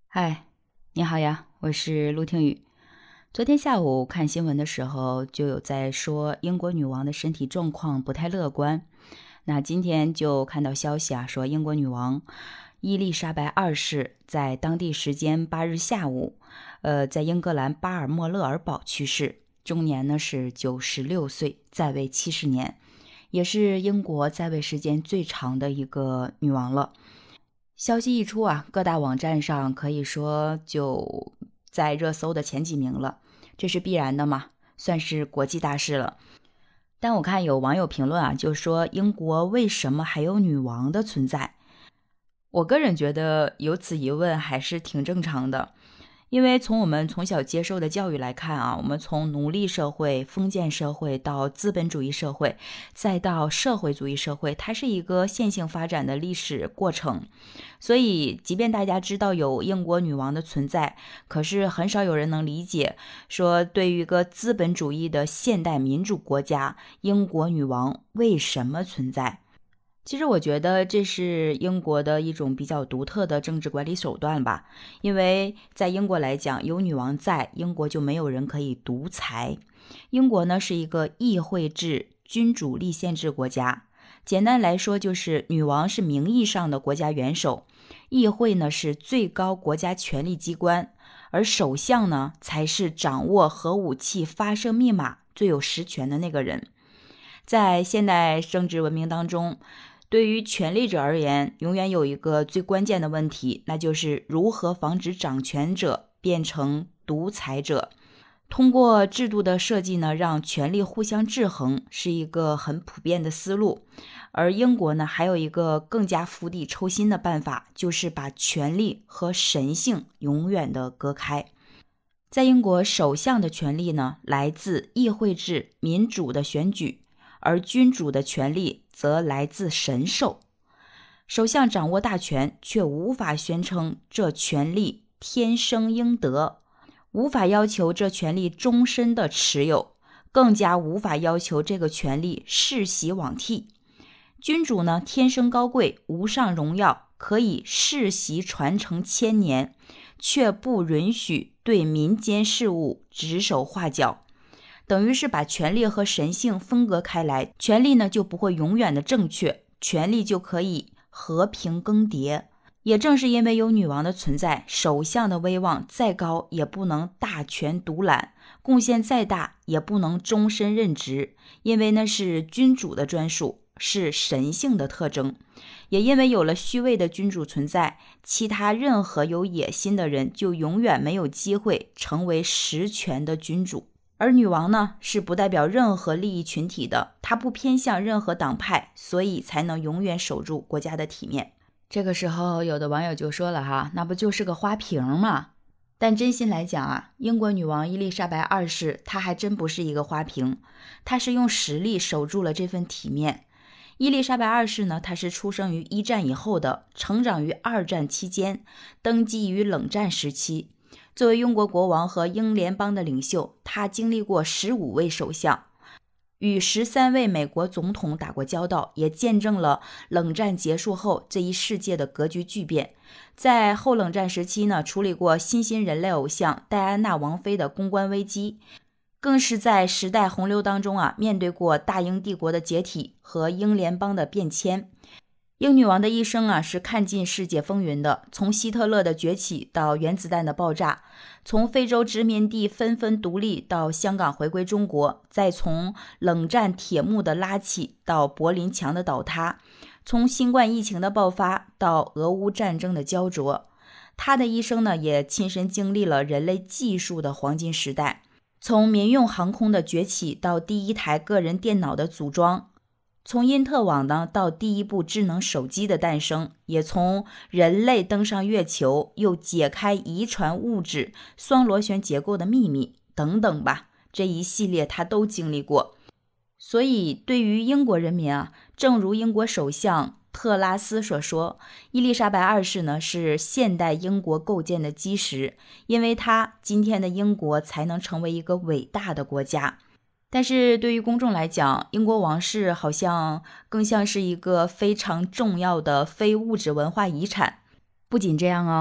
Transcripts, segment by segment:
嗨，你好呀，我是陆听雨。昨天下午看新闻的时候，就有在说英国女王的身体状况不太乐观。那今天就看到消息说英国女王伊丽莎白二世在当地时间8日下午，在英格兰巴尔莫勒尔堡去世，终年呢是96岁，在位70年，也是英国在位时间最长的一个女王了。消息一出各大网站上可以说就在热搜的前几名了，这是必然的嘛，算是国际大事了。但我看有网友评论就说英国为什么还有女王的存在？我个人觉得有此疑问还是挺正常的。因为从我们从小接受的教育来看我们从奴隶社会、封建社会到资本主义社会，再到社会主义社会，它是一个线性发展的历史过程。所以即便大家知道有英国女王的存在，可是很少有人能理解，说对于一个资本主义的现代民主国家，英国女王为什么存在。其实我觉得这是英国的一种比较独特的政治管理手段吧，因为在英国来讲，有女王在，英国就没有人可以独裁。英国呢是一个议会制君主立宪制国家，简单来说就是女王是名义上的国家元首，议会呢是最高国家权力机关，而首相呢才是掌握核武器发射密码最有实权的那个人。在现代政治文明当中，对于权力者而言，永远有一个最关键的问题，那就是如何防止掌权者变成独裁者。通过制度的设计呢，让权力互相制衡，是一个很普遍的思路。而英国呢，还有一个更加釜底抽薪的办法，就是把权力和神性永远的隔开。在英国，首相的权力呢，来自议会制民主的选举，而君主的权力则来自神授。首相掌握大权，却无法宣称这权力天生应得，无法要求这权力终身的持有，更加无法要求这个权力世袭罔替。君主呢，天生高贵，无上荣耀，可以世袭传承千年，却不允许对民间事务指手画脚，等于是把权力和神性分隔开来，权力呢就不会永远的正确，权力就可以和平更迭。也正是因为有女王的存在，首相的威望再高也不能大权独揽，贡献再大也不能终身任职，因为那是君主的专属，是神性的特征。也因为有了虚位的君主存在，其他任何有野心的人就永远没有机会成为实权的君主。而女王呢，是不代表任何利益群体的，她不偏向任何党派，所以才能永远守住国家的体面。这个时候有的网友就说了那不就是个花瓶吗？但真心来讲英国女王伊丽莎白二世她还真不是一个花瓶，她是用实力守住了这份体面。伊丽莎白二世呢，她是出生于一战以后的，成长于二战期间，登基于冷战时期。作为英国国王和英联邦的领袖，她经历过15位首相，与13位美国总统打过交道，也见证了冷战结束后这一世界的格局巨变。在后冷战时期呢，处理过新兴人类偶像戴安娜王妃的公关危机，更是在时代洪流当中面对过大英帝国的解体和英联邦的变迁。英女王的一生是看尽世界风云的，从希特勒的崛起到原子弹的爆炸，从非洲殖民地纷纷独立到香港回归中国，再从冷战铁幕的拉起到柏林墙的倒塌，从新冠疫情的爆发到俄乌战争的焦灼。她的一生呢，也亲身经历了人类技术的黄金时代，从民用航空的崛起到第一台个人电脑的组装，从因特网呢到第一部智能手机的诞生，也从人类登上月球，又解开遗传物质双螺旋结构的秘密等等吧，这一系列他都经历过。所以对于英国人民正如英国首相特拉斯所说，伊丽莎白二世呢是现代英国构建的基石，因为他今天的英国才能成为一个伟大的国家。但是对于公众来讲，英国王室好像更像是一个非常重要的非物质文化遗产。不仅这样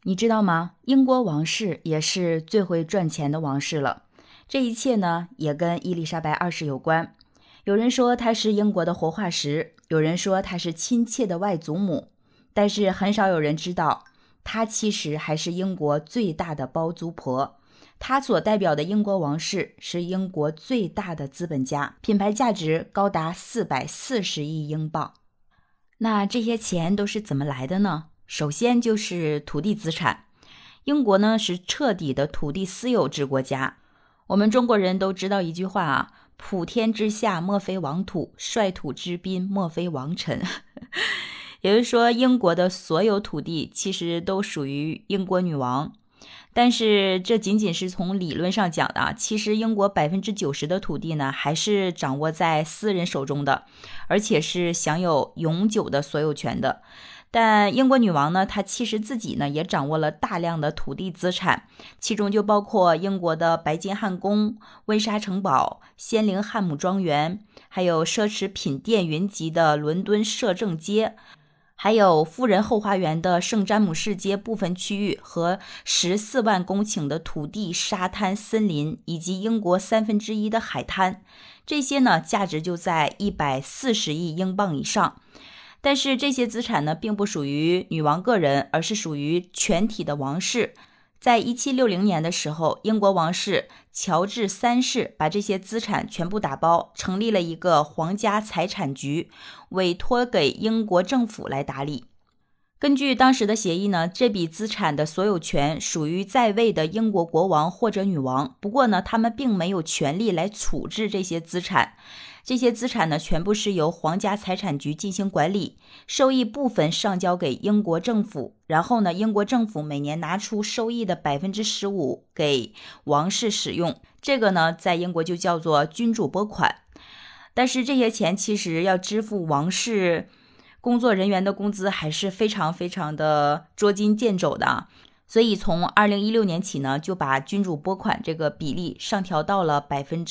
你知道吗？英国王室也是最会赚钱的王室了。这一切呢，也跟伊丽莎白二世有关。有人说她是英国的活化石，有人说她是亲切的外祖母，但是很少有人知道，她其实还是英国最大的包租婆。她所代表的英国王室是英国最大的资本家，品牌价值高达440亿英镑。那这些钱都是怎么来的呢？首先就是土地资产。英国呢是彻底的土地私有制国家。我们中国人都知道一句话啊，普天之下莫非王土，率土之滨莫非王臣。也就是说，英国的所有土地其实都属于英国女王。但是这仅仅是从理论上讲的啊，其实英国90%的土地呢，还是掌握在私人手中的，而且是享有永久的所有权的。但英国女王呢，她其实自己呢也掌握了大量的土地资产，其中就包括英国的白金汉宫、温莎城堡、仙灵汉姆庄园，还有奢侈品店云集的伦敦摄政街，还有夫人后花园的圣詹姆士街部分区域和14万公顷的土地、沙滩、森林，以及英国1/3的海滩。这些呢，价值就在140亿英镑以上。但是这些资产呢，并不属于女王个人，而是属于全体的王室。在1760年的时候，英国王室乔治3世把这些资产全部打包，成立了一个皇家财产局，委托给英国政府来打理。根据当时的协议呢，这笔资产的所有权属于在位的英国国王或者女王，不过呢，他们并没有权利来处置这些资产。这些资产呢，全部是由皇家财产局进行管理，收益部分上交给英国政府，然后呢，英国政府每年拿出收益的15%给王室使用。这个呢，在英国就叫做君主拨款。但是这些钱其实要支付王室工作人员的工资还是非常非常的捉襟见肘的，所以从2016年起呢，就把君主拨款这个比例上调到了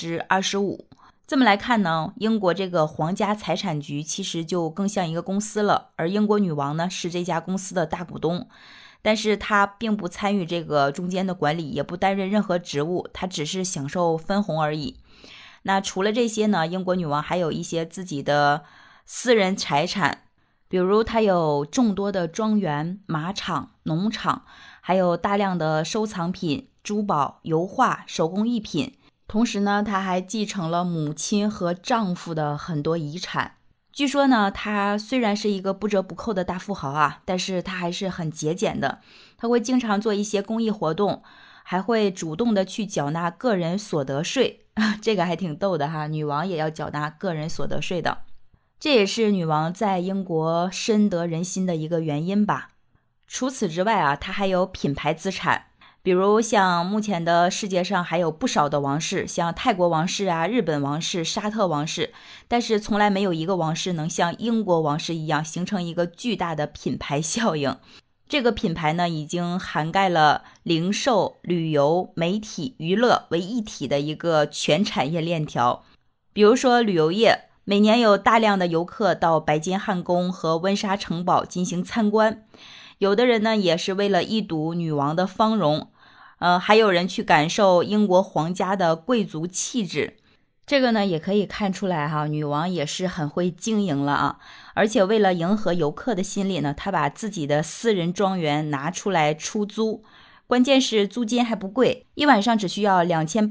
25%。这么来看呢，英国这个皇家财产局其实就更像一个公司了，而英国女王呢是这家公司的大股东，但是她并不参与这个中间的管理，也不担任任何职务，她只是享受分红而已。那除了这些呢，英国女王还有一些自己的私人财产，比如她有众多的庄园、马场、农场，还有大量的收藏品、珠宝、油画、手工艺品。同时呢，她还继承了母亲和丈夫的很多遗产。据说呢，她虽然是一个不折不扣的大富豪啊，但是她还是很节俭的。她会经常做一些公益活动，还会主动的去缴纳个人所得税。这个还挺逗的哈，女王也要缴纳个人所得税的。这也是女王在英国深得人心的一个原因吧。除此之外啊，她还有品牌资产。比如像目前的世界上还有不少的王室，像泰国王室啊、日本王室、沙特王室，但是从来没有一个王室能像英国王室一样形成一个巨大的品牌效应。这个品牌呢，已经涵盖了零售、旅游、媒体、娱乐为一体的一个全产业链条。比如说旅游业，每年有大量的游客到白金汉宫和温莎城堡进行参观，有的人呢也是为了一睹女王的芳容。还有人去感受英国皇家的贵族气质。这个呢也可以看出来哈，女王也是很会经营了啊。而且为了迎合游客的心理呢，她把自己的私人庄园拿出来出租，关键是租金还不贵，一晚上只需要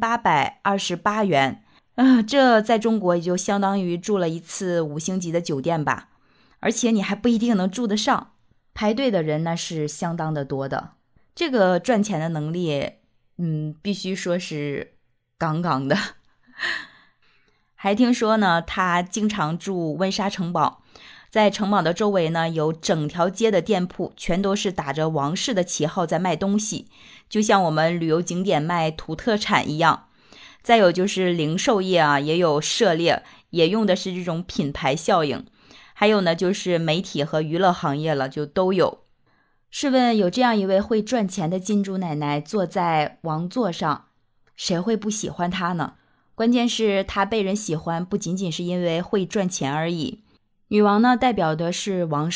2828元。这在中国也就相当于住了一次5星级的酒店吧，而且你还不一定能住得上，排队的人呢是相当的多的。这个赚钱的能力，必须说是杠杠的。还听说呢，他经常住温莎城堡，在城堡的周围呢，有整条街的店铺，全都是打着王室的旗号在卖东西，就像我们旅游景点卖土特产一样。再有就是零售业啊，也有涉猎，也用的是这种品牌效应。还有呢，就是媒体和娱乐行业了，就都有。试问有这样一位会赚钱的金主奶奶坐在王座上，谁会不喜欢她呢？关键是她被人喜欢不仅仅是因为会赚钱而已。女王呢，代表的是王室，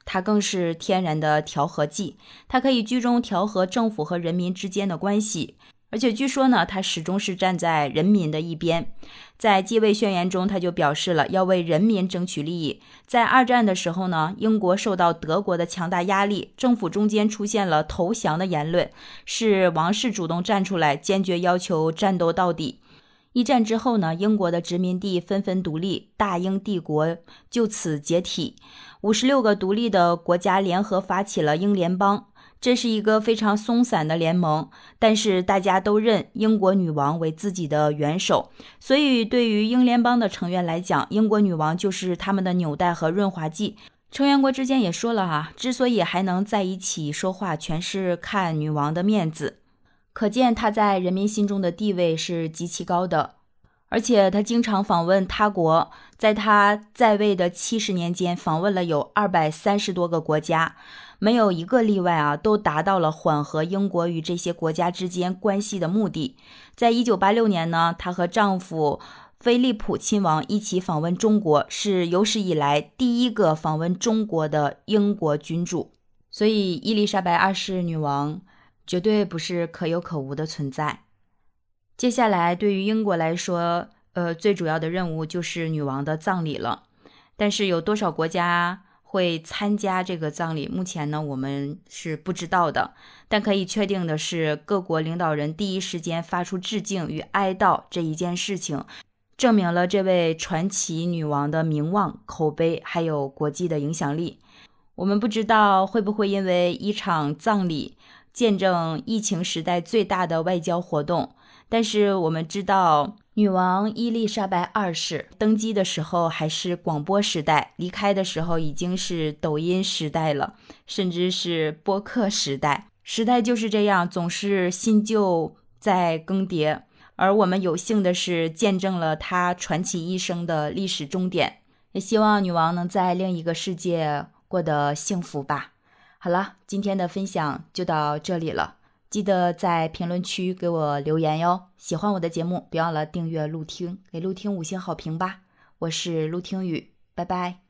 它更是天然的调和剂，它可以居中调和政府和人民之间的关系。而且据说呢，他始终是站在人民的一边。在继位宣言中，他就表示了要为人民争取利益。在二战的时候呢，英国受到德国的强大压力，政府中间出现了投降的言论，是王室主动站出来，坚决要求战斗到底。一战之后呢，英国的殖民地纷纷独立，大英帝国就此解体。56个独立的国家联合发起了英联邦。这是一个非常松散的联盟，但是大家都认英国女王为自己的元首，所以对于英联邦的成员来讲，英国女王就是他们的纽带和润滑剂。成员国之间也说了之所以还能在一起说话，全是看女王的面子，可见她在人民心中的地位是极其高的。而且她经常访问他国，在她在位的70年间，访问了有230多个国家，没有一个例外都达到了缓和英国与这些国家之间关系的目的。在1986年呢，她和丈夫菲利普亲王一起访问中国，是有史以来第一个访问中国的英国君主。所以伊丽莎白2世女王绝对不是可有可无的存在。接下来对于英国来说，最主要的任务就是女王的葬礼了。但是有多少国家会参加这个葬礼，目前呢我们是不知道的。但可以确定的是，各国领导人第一时间发出致敬与哀悼这一件事情，证明了这位传奇女王的名望、口碑还有国际的影响力。我们不知道会不会因为一场葬礼见证疫情时代最大的外交活动，但是我们知道女王伊丽莎白2世登基的时候还是广播时代，离开的时候已经是抖音时代了，甚至是播客时代。时代就是这样，总是新旧在更迭，而我们有幸的是见证了她传奇一生的历史终点。也希望女王能在另一个世界过得幸福吧。好了，今天的分享就到这里了，记得在评论区给我留言哟。喜欢我的节目，别忘了订阅陆听，给陆听5星好评吧。我是陆听雨，拜拜。